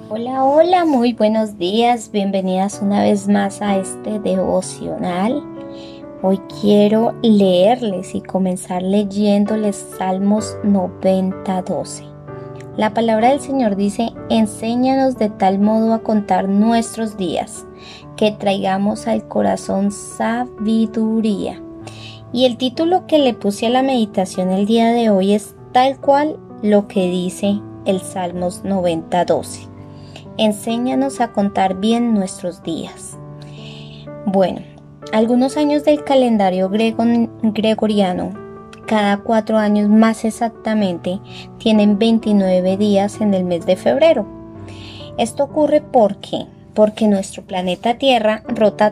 Hola, hola, muy buenos días, bienvenidas una vez más a este devocional. Hoy quiero leerles y comenzar leyéndoles Salmos 90:12. La palabra del Señor dice: enséñanos de tal modo a contar nuestros días, que traigamos al corazón sabiduría. Y el título que le puse a la meditación el día de hoy es tal cual lo que dice el Salmos 90:12. Enséñanos a contar bien nuestros días. Bueno, algunos años del calendario gregoriano, cada 4 años más exactamente, tienen 29 días en el mes de febrero. Esto ocurre porque nuestro planeta Tierra rota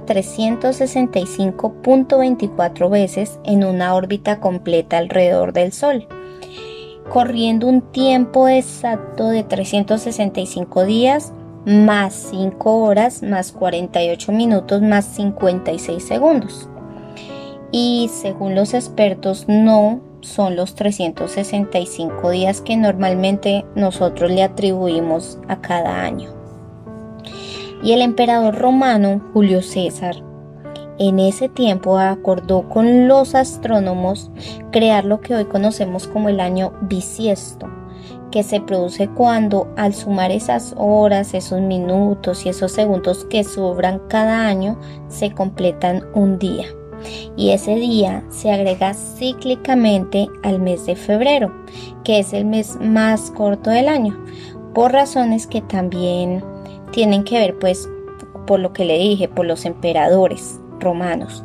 365.24 veces en una órbita completa alrededor del Sol, corriendo un tiempo exacto de 365 días más 5 horas más 48 minutos más 56 segundos. Y según los expertos, no son los 365 días que normalmente nosotros le atribuimos a cada año. Y el emperador romano Julio César en ese tiempo acordó con los astrónomos crear lo que hoy conocemos como el año bisiesto, que se produce cuando, al sumar esas horas, esos minutos y esos segundos que sobran cada año, se completan un día. Y ese día se agrega cíclicamente al mes de febrero, que es el mes más corto del año, por razones que también tienen que ver, pues, por lo que le dije, por los emperadores romanos.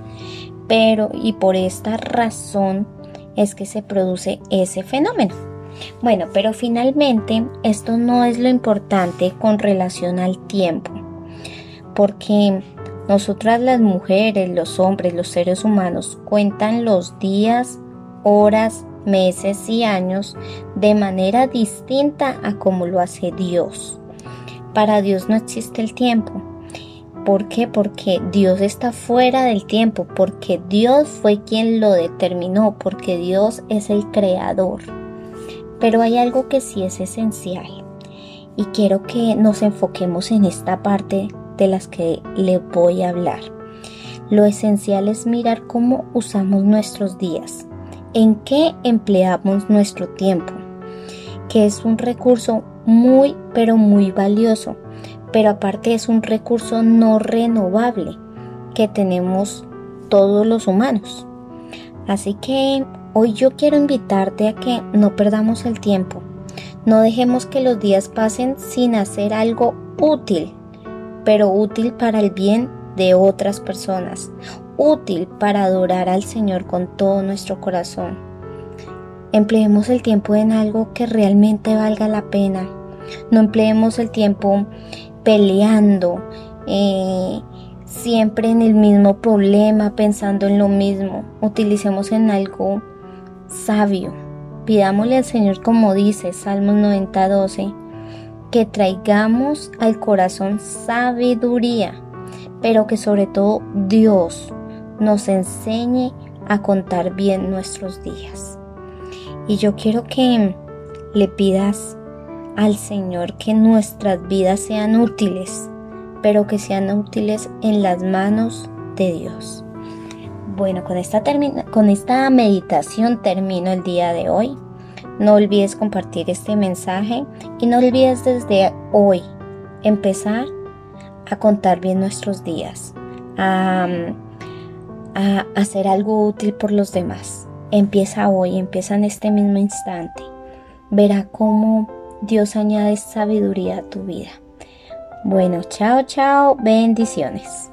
Y por esta razón es que se produce ese fenómeno. Bueno, pero finalmente esto no es lo importante con relación al tiempo, porque nosotras las mujeres, los hombres, los seres humanos cuentan los días, horas, meses y años de manera distinta a como lo hace Dios. Para Dios no existe el tiempo. ¿Por qué? Porque Dios está fuera del tiempo, porque Dios fue quien lo determinó, porque Dios es el creador. Pero hay algo que sí es esencial y quiero que nos enfoquemos en esta parte de las que le voy a hablar. Lo esencial es mirar cómo usamos nuestros días, en qué empleamos nuestro tiempo, que es un recurso muy, pero muy valioso. Pero aparte es un recurso no renovable que tenemos todos los humanos. Así que hoy yo quiero invitarte a que no perdamos el tiempo. No dejemos que los días pasen sin hacer algo útil, pero útil para el bien de otras personas, útil para adorar al Señor con todo nuestro corazón. Empleemos el tiempo en algo que realmente valga la pena. No empleemos el tiempo peleando, siempre en el mismo problema, pensando en lo mismo. Utilicemos en algo sabio. Pidámosle al Señor, como dice Salmos 90:12, que traigamos al corazón sabiduría, pero que sobre todo Dios nos enseñe a contar bien nuestros días. Y yo quiero que le pidas al Señor que nuestras vidas sean útiles, pero que sean útiles en las manos de Dios. Bueno, con esta meditación termino el día de hoy. No olvides compartir este mensaje y no olvides desde hoy empezar a contar bien nuestros días, a hacer algo útil por los demás. Empieza hoy, empieza en este mismo instante. Verá cómo Dios añade sabiduría a tu vida. Bueno, chao, chao, bendiciones.